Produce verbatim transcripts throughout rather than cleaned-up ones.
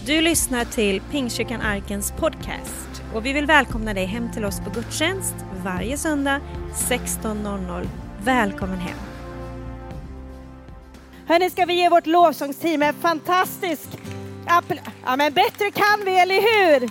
Du lyssnar till Pingstkyrkan Arkens podcast och vi vill välkomna dig hem till oss på gudstjänst varje söndag sexton noll noll. Välkommen hem. Hörrni, ska vi ge vårt lovsångsteam en fantastisk applåd. Ja, men bättre kan vi, eller hur?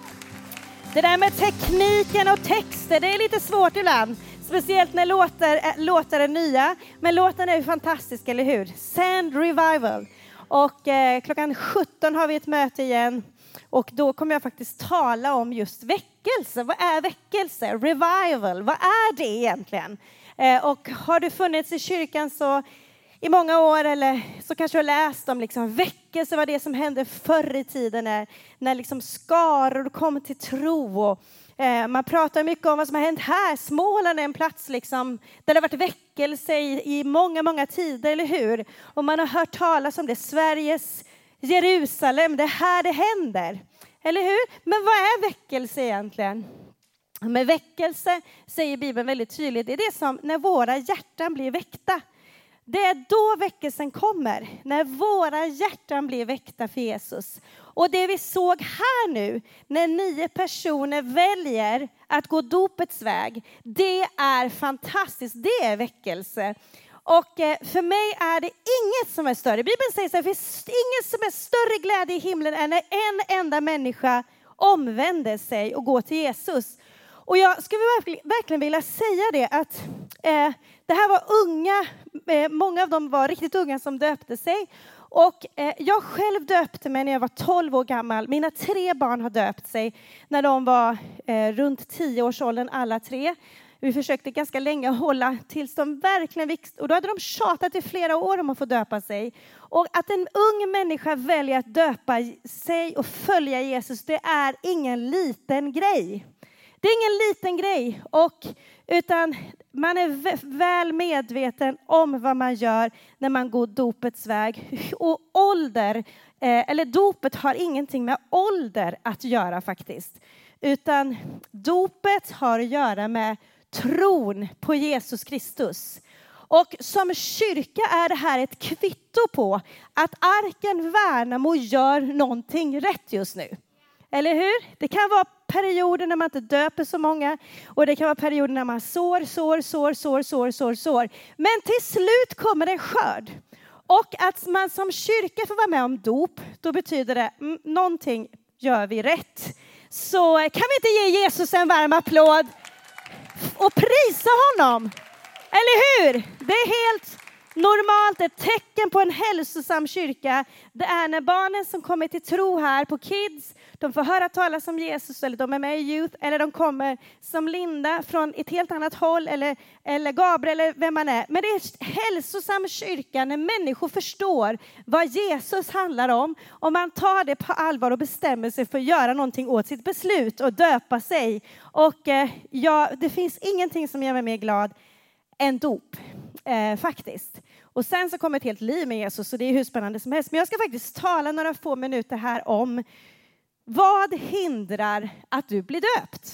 Det där med tekniken och texter, det är lite svårt ibland. Speciellt när låtar, låtar är nya. Men låtarna är ju fantastiska, eller hur? Send Revival. Och eh, klockan sjutton har vi ett möte igen. Och då kommer jag faktiskt tala om just väckelse. Vad är väckelse? Revival, vad är det egentligen? Eh, och har du funnits i kyrkan så i många år, eller så kanske du har läst om liksom väckelse, vad det är som hände förr i tiden när, när liksom skaror kom till tro. Och, eh, man pratar mycket om vad som har hänt här. Småland är en plats liksom, där det har varit väckelse i, i många, många tider, eller hur? Och man har hört talas om det. Sveriges Jerusalem, det är här det händer. Eller hur? Men vad är väckelse egentligen? Med väckelse säger Bibeln väldigt tydligt. Det är det som när våra hjärtan blir väckta. Det är då väckelsen kommer, när våra hjärtan blir väckta för Jesus. Och det vi såg här nu, när nio personer väljer att gå dopets väg, det är fantastiskt, det är väckelse. Och för mig är det inget som är större. Bibeln säger så här, det finns inget som är större glädje i himlen än när en enda människa omvänder sig och går till Jesus. Och jag skulle verkligen, verkligen vilja säga det att eh, det här var unga, eh, många av dem var riktigt unga som döpte sig. Och eh, jag själv döpte mig när jag var tolv år gammal. Mina tre barn har döpt sig när de var eh, runt tio års åldern alla tre. Vi försökte ganska länge hålla tills de verkligen växte. Och då hade de tjatat i flera år om att få döpa sig. Och att en ung människa väljer att döpa sig och följa Jesus, det är ingen liten grej. Det är ingen liten grej, och, utan man är väl medveten om vad man gör när man går dopets väg. Och ålder, eh, eller dopet har ingenting med ålder att göra faktiskt. Utan dopet har att göra med tron på Jesus Kristus. Och som kyrka är det här ett kvitto på att Arken Värnamo gör någonting rätt just nu. Eller hur? Det kan vara perioder när man inte döper så många. Och det kan vara perioder när man sår, sår, sår, sår, sår, sår, sår. Men till slut kommer en skörd. Och att man som kyrka får vara med om dop, då betyder det mm, någonting gör vi rätt. Så kan vi inte ge Jesus en varm applåd och prisa honom? Eller hur? Det är helt normalt, ett tecken på en hälsosam kyrka. Det är när barnen som kommer till tro här på Kids, de får höra talas om Jesus, eller de är med i Youth, eller de kommer som Linda från ett helt annat håll, eller, eller Gabriel, eller vem man är. Men det är en hälsosam kyrka när människor förstår vad Jesus handlar om, och man tar det på allvar och bestämmer sig för att göra någonting åt sitt beslut och döpa sig. Och eh, ja, det finns ingenting som gör mig mer glad än dop. Eh, faktiskt. Och sen så kommer ett helt liv med Jesus, så det är hur spännande som helst. Men jag ska faktiskt tala några få minuter här om vad hindrar att du blir döpt.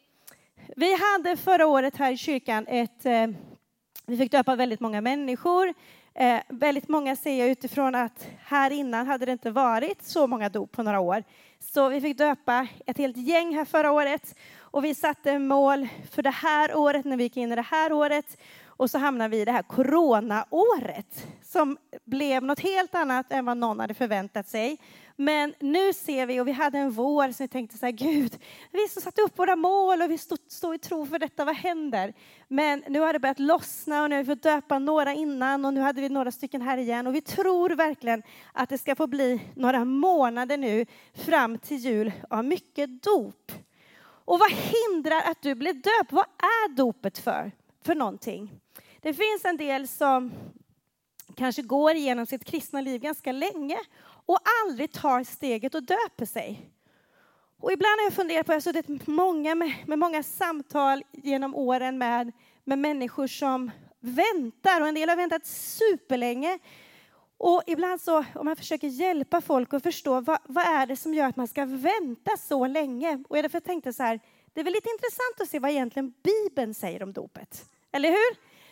Vi hade förra året här i kyrkan ett, eh, vi fick döpa väldigt många människor. Eh, väldigt många ser jag utifrån att här innan hade det inte varit så många dop på några år. Så vi fick döpa ett helt gäng här förra året. Och vi satte mål för det här året när vi gick in i det här året. Och så hamnade vi i det här coronaåret som blev något helt annat än vad någon hade förväntat sig. Men nu ser vi, och vi hade en vår som vi tänkte så här, Gud, vi så satte upp våra mål och vi stod, stod i tro för detta, vad händer? Men nu har det börjat lossna och nu har vi fått döpa några innan och nu hade vi några stycken här igen. Och vi tror verkligen att det ska få bli några månader nu fram till jul av mycket dop. Och vad hindrar att du blir döpt? Vad är dopet för? För någonting? Det finns en del som kanske går igenom sitt kristna liv ganska länge och aldrig tar steget och döper sig. Och ibland har jag funderat på, jag har suttit många med, med många samtal genom åren med, med människor som väntar, och en del har väntat superlänge. Och ibland så, om man försöker hjälpa folk att förstå vad, vad är det som gör att man ska vänta så länge. Och jag därför tänkte så här, det är väl lite intressant att se vad egentligen Bibeln säger om dopet. Eller hur?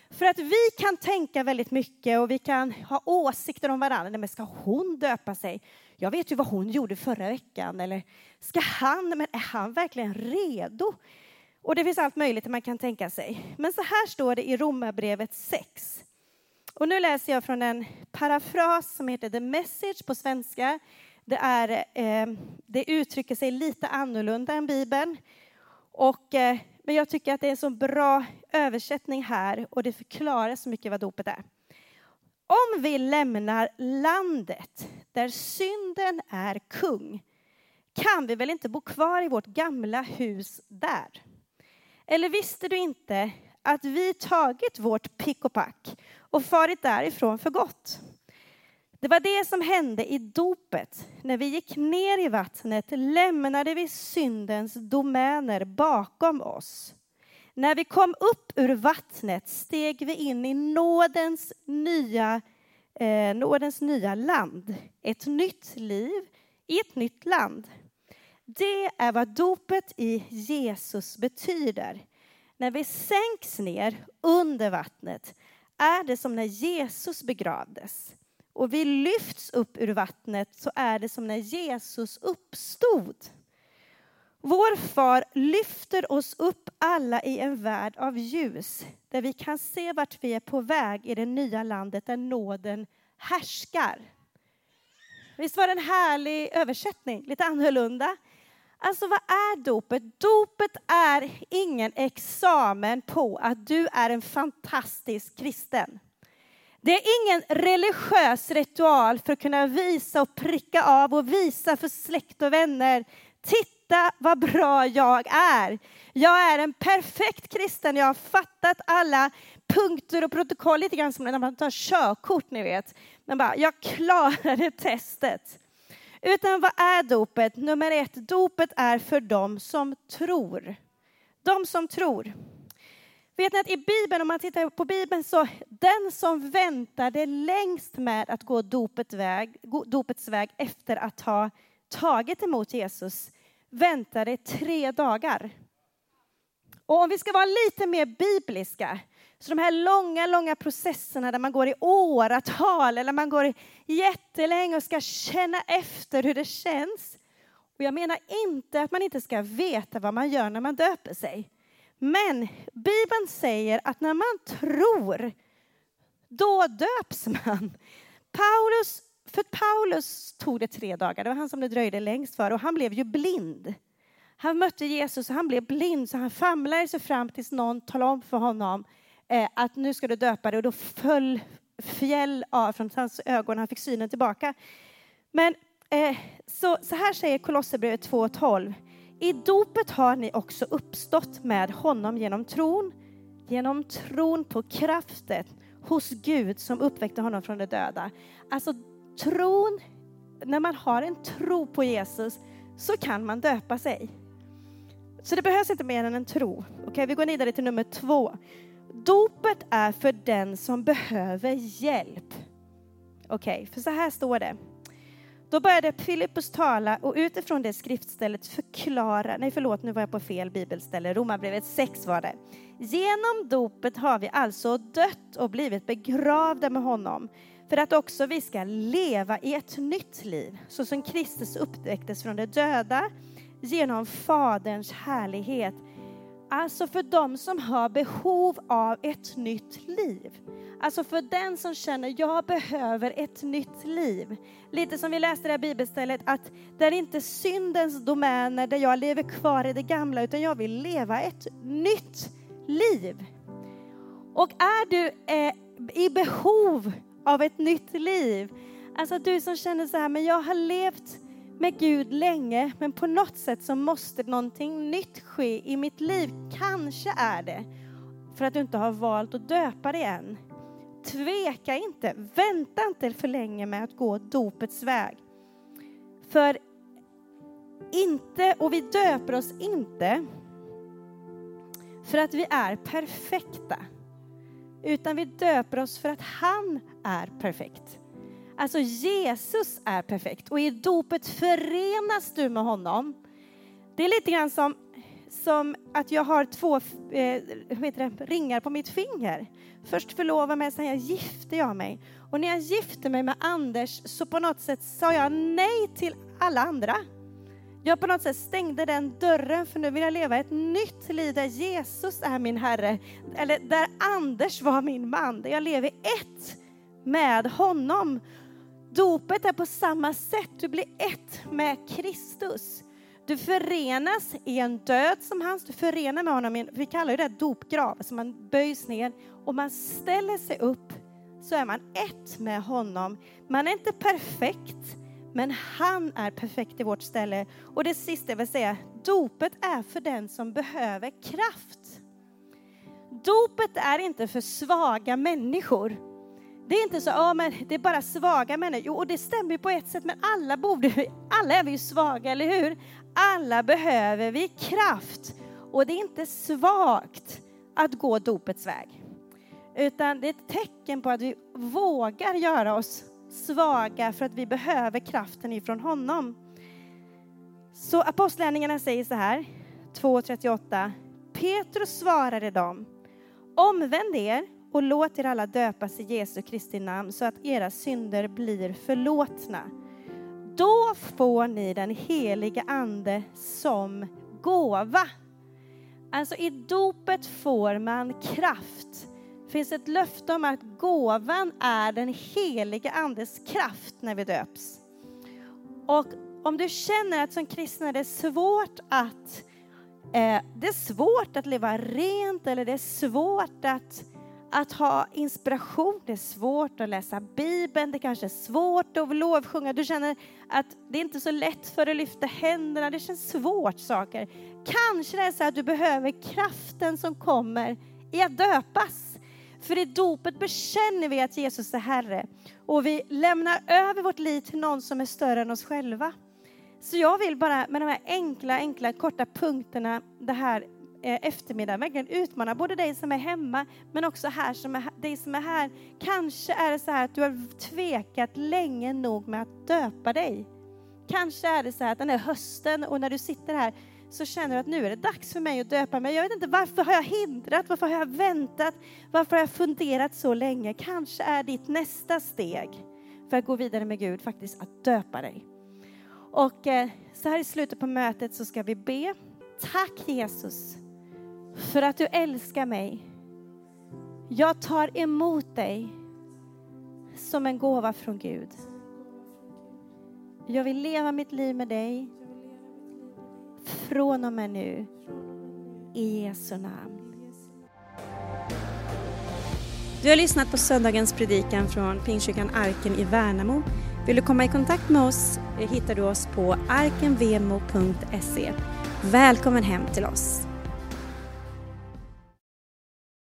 För att vi kan tänka väldigt mycket och vi kan ha åsikter om varandra. Men ska hon döpa sig? Jag vet ju vad hon gjorde förra veckan. Eller ska han, men är han verkligen redo? Och det finns allt möjligt man kan tänka sig. Men så här står det i Romarbrevet sex. Och nu läser jag från en parafras som heter The Message på svenska. Det, är, eh, det uttrycker sig lite annorlunda än Bibeln. Och, eh, men jag tycker att det är en så bra översättning här. Och det förklarar så mycket vad dopet är. Om vi lämnar landet där synden är kung, kan vi väl inte bo kvar i vårt gamla hus där? Eller visste du inte att vi tagit vårt pick och pack och farit därifrån för gott? Det var det som hände i dopet. När vi gick ner i vattnet lämnade vi syndens domäner bakom oss. När vi kom upp ur vattnet steg vi in i nådens nya, eh, nådens nya land. Ett nytt liv i ett nytt land. Det är vad dopet i Jesus betyder. När vi sänks ner under vattnet är det som när Jesus begravdes. Och vi lyfts upp ur vattnet så är det som när Jesus uppstod. Vår far lyfter oss upp alla i en värld av ljus. Där vi kan se vart vi är på väg i det nya landet där nåden härskar. Visst var det en härlig översättning, lite annorlunda. Alltså vad är dopet? Dopet är ingen examen på att du är en fantastisk kristen. Det är ingen religiös ritual för att kunna visa och pricka av och visa för släkt och vänner. Titta vad bra jag är. Jag är en perfekt kristen. Jag har fattat alla punkter och protokoll lite grann som när man tar körkort, ni vet. Men bara, jag klarade testet. Utan vad är dopet? Nummer ett, dopet är för dem som tror. De som tror. Vet ni att i Bibeln, om man tittar på Bibeln, så den som väntade längst med att gå dopets väg, dopets väg efter att ha tagit emot Jesus väntade tre dagar. Och om vi ska vara lite mer bibliska, så de här långa, långa processerna där man går i åratal eller man går jättelänge och ska känna efter hur det känns. Och jag menar inte att man inte ska veta vad man gör när man döper sig. Men Bibeln säger att när man tror, då döps man. Paulus, för Paulus tog det tre dagar. Det var han som det dröjde längst för. Och han blev ju blind. Han mötte Jesus och han blev blind. Så han famlade sig fram tills någon talade om för honom eh, att nu ska du döpa dig. Och då föll fjäll av från hans ögon. Han fick synen tillbaka. Men eh, så, så här säger Kolosserbrevet två tolv. I dopet har ni också uppstått med honom genom tron. Genom tron på kraften hos Gud som uppväckte honom från de döda. Alltså tron, när man har en tro på Jesus så kan man döpa sig. Så det behövs inte mer än en tro. Okej, vi går vidare till nummer två. Dopet är för den som behöver hjälp. Okej, för så här står det. Då började Filippus tala och utifrån det skriftstället förklara, nej förlåt nu var jag på fel bibelställe, Romarbrevet sex var det. Genom dopet har vi alltså dött och blivit begravda med honom för att också vi ska leva i ett nytt liv. Så som Kristus uppväcktes från de döda genom Faderns härlighet. Alltså för dem som har behov av ett nytt liv. Alltså för den som känner, jag behöver ett nytt liv. Lite som vi läste i det här bibelstället, att det är inte syndens domäner där jag lever kvar i det gamla, utan jag vill leva ett nytt liv. Och är du eh, i behov av ett nytt liv, alltså du som känner så här, men jag har levt med Gud länge, men på något sätt så måste någonting nytt ske i mitt liv. Kanske är det för att du inte har valt att döpa dig än. Tveka inte, vänta inte för länge med att gå dopets väg. För inte, och vi döper oss inte för att vi är perfekta. Utan vi döper oss för att han är perfekt. Alltså Jesus är perfekt. Och i dopet förenas du med honom. Det är lite grann som, som att jag har två eh, vad heter det, ringar på mitt finger. Först förlovade mig, sen jag gifte jag mig. Och när jag gifte mig med Anders så på något sätt sa jag nej till alla andra. Jag på något sätt stängde den dörren, för nu vill jag leva ett nytt liv där Jesus är min Herre. Eller där Anders var min man. Där jag lever ett med honom. Dopet är på samma sätt. Du blir ett med Kristus. Du förenas i en död som hans. Du förenar med honom i en, vi kallar det dopgrav. Så man böjs ner och man ställer sig upp. Så är man ett med honom. Man är inte perfekt. Men han är perfekt i vårt ställe. Och det sista jag vill säga. Dopet är för den som behöver kraft. Dopet är inte för svaga människor. Det är inte så, ja men det är bara svaga människor. Jo, och det stämmer på ett sätt, men alla borde, alla är vi ju svaga, eller hur? Alla behöver vi kraft. Och det är inte svagt att gå dopets väg. Utan det är ett tecken på att vi vågar göra oss svaga för att vi behöver kraften ifrån honom. Så apostlagärningarna säger så här, två trettioåtta. Petrus svarade dem: omvänd er och låt er alla döpas i Jesu Kristi namn så att era synder blir förlåtna. Då får ni den heliga ande som gåva. Alltså i dopet får man kraft. Det finns ett löfte om att gåvan är den heliga andes kraft när vi döps. Och om du känner att som kristna det är svårt att eh, det är svårt att leva rent, eller det är svårt att Att ha inspiration, det är svårt att läsa Bibeln, det kanske är svårt att lovsjunga. Du känner att det är inte så lätt för att lyfta händerna, det känns svårt saker. Kanske det är så att du behöver kraften som kommer i att döpas. För i dopet bekänner vi att Jesus är Herre. Och vi lämnar över vårt liv till någon som är större än oss själva. Så jag vill bara med de här enkla, enkla, korta punkterna det här eftermiddag verkligen utmana både dig som är hemma men också här som är, dig som är här. Kanske är det så här att du har tvekat länge nog med att döpa dig. Kanske är det så här att den här hösten och när du sitter här så känner du att nu är det dags för mig att döpa mig. Jag vet inte, varför har jag hindrat? Varför har jag väntat? Varför har jag funderat så länge? Kanske är ditt nästa steg för att gå vidare med Gud faktiskt att döpa dig. Och eh, så här i slutet på mötet så ska vi be. Tack Jesus för att du älskar mig. Jag tar emot dig som en gåva från Gud. Jag vill leva mitt liv med dig från och med nu. I Jesu namn. Du har lyssnat på söndagens predikan från Pingstkyrkan Arken i Värnamo. Vill du komma i kontakt med oss hittar du oss på arkenvemo punkt se. Välkommen hem till oss.